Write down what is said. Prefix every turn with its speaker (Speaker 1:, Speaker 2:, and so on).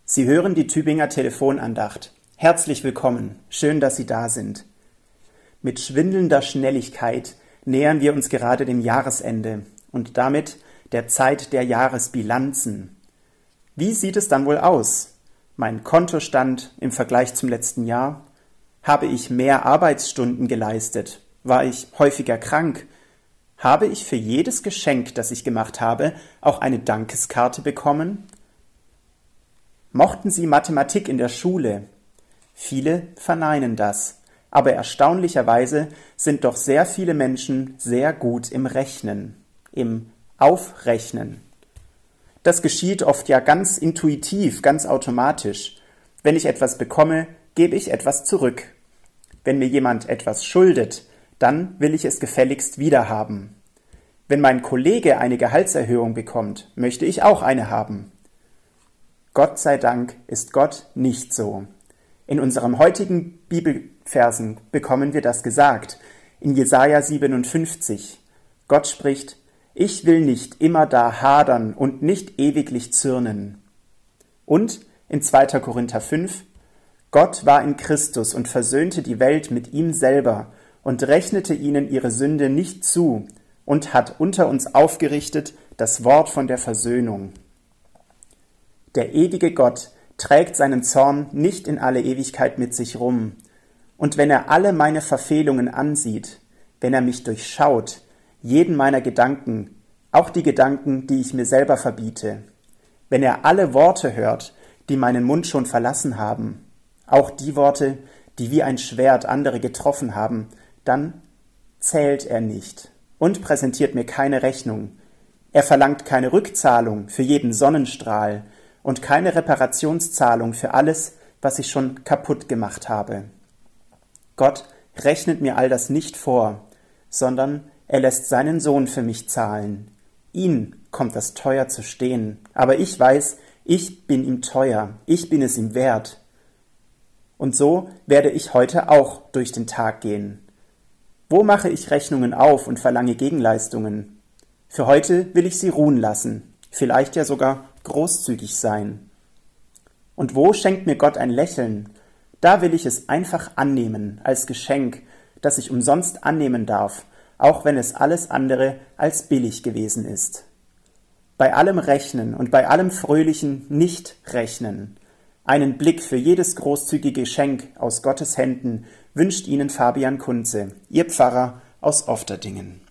Speaker 1: Sie hören die Tübinger Telefonandacht. Herzlich willkommen. Schön, dass Sie da sind. Mit schwindelnder Schnelligkeit nähern wir uns gerade dem Jahresende und damit der Zeit der Jahresbilanzen. Wie sieht es dann wohl aus? Mein Kontostand im Vergleich zum letzten Jahr? Habe ich mehr Arbeitsstunden geleistet? War ich häufiger krank? Habe ich für jedes Geschenk, das ich gemacht habe, auch eine Dankeskarte bekommen? Mochten Sie Mathematik in der Schule? Viele verneinen das, aber erstaunlicherweise sind doch sehr viele Menschen sehr gut im Rechnen, im Aufrechnen. Das geschieht oft ja ganz intuitiv, ganz automatisch. Wenn ich etwas bekomme, gebe ich etwas zurück. Wenn mir jemand etwas schuldet, dann will ich es gefälligst wiederhaben. Wenn mein Kollege eine Gehaltserhöhung bekommt, möchte ich auch eine haben. Gott sei Dank ist Gott nicht so. In unseren heutigen Bibelversen bekommen wir das gesagt. In Jesaja 57. Gott spricht: Ich will nicht immer da hadern und nicht ewiglich zürnen. Und in 2. Korinther 5. Gott war in Christus und versöhnte die Welt mit ihm selber und rechnete ihnen ihre Sünde nicht zu und hat unter uns aufgerichtet das Wort von der Versöhnung. Der ewige Gott trägt seinen Zorn nicht in alle Ewigkeit mit sich rum. Und wenn er alle meine Verfehlungen ansieht, wenn er mich durchschaut, jeden meiner Gedanken, auch die Gedanken, die ich mir selber verbiete, wenn er alle Worte hört, die meinen Mund schon verlassen haben, auch die Worte, die wie ein Schwert andere getroffen haben, dann zählt er nicht und präsentiert mir keine Rechnung. Er verlangt keine Rückzahlung für jeden Sonnenstrahl und keine Reparationszahlung für alles, was ich schon kaputt gemacht habe. Gott rechnet mir all das nicht vor, sondern er lässt seinen Sohn für mich zahlen. Ihn kommt das teuer zu stehen, aber ich weiß, ich bin ihm teuer, ich bin es ihm wert. Und so werde ich heute auch durch den Tag gehen. Wo mache ich Rechnungen auf und verlange Gegenleistungen? Für heute will ich sie ruhen lassen, vielleicht ja sogar großzügig sein. Und wo schenkt mir Gott ein Lächeln? Da will ich es einfach annehmen, als Geschenk, das ich umsonst annehmen darf, auch wenn es alles andere als billig gewesen ist. Bei allem Rechnen und bei allem fröhlichen Nicht-Rechnen, einen Blick für jedes großzügige Geschenk aus Gottes Händen wünscht Ihnen Fabian Kunze, Ihr Pfarrer aus Ofterdingen.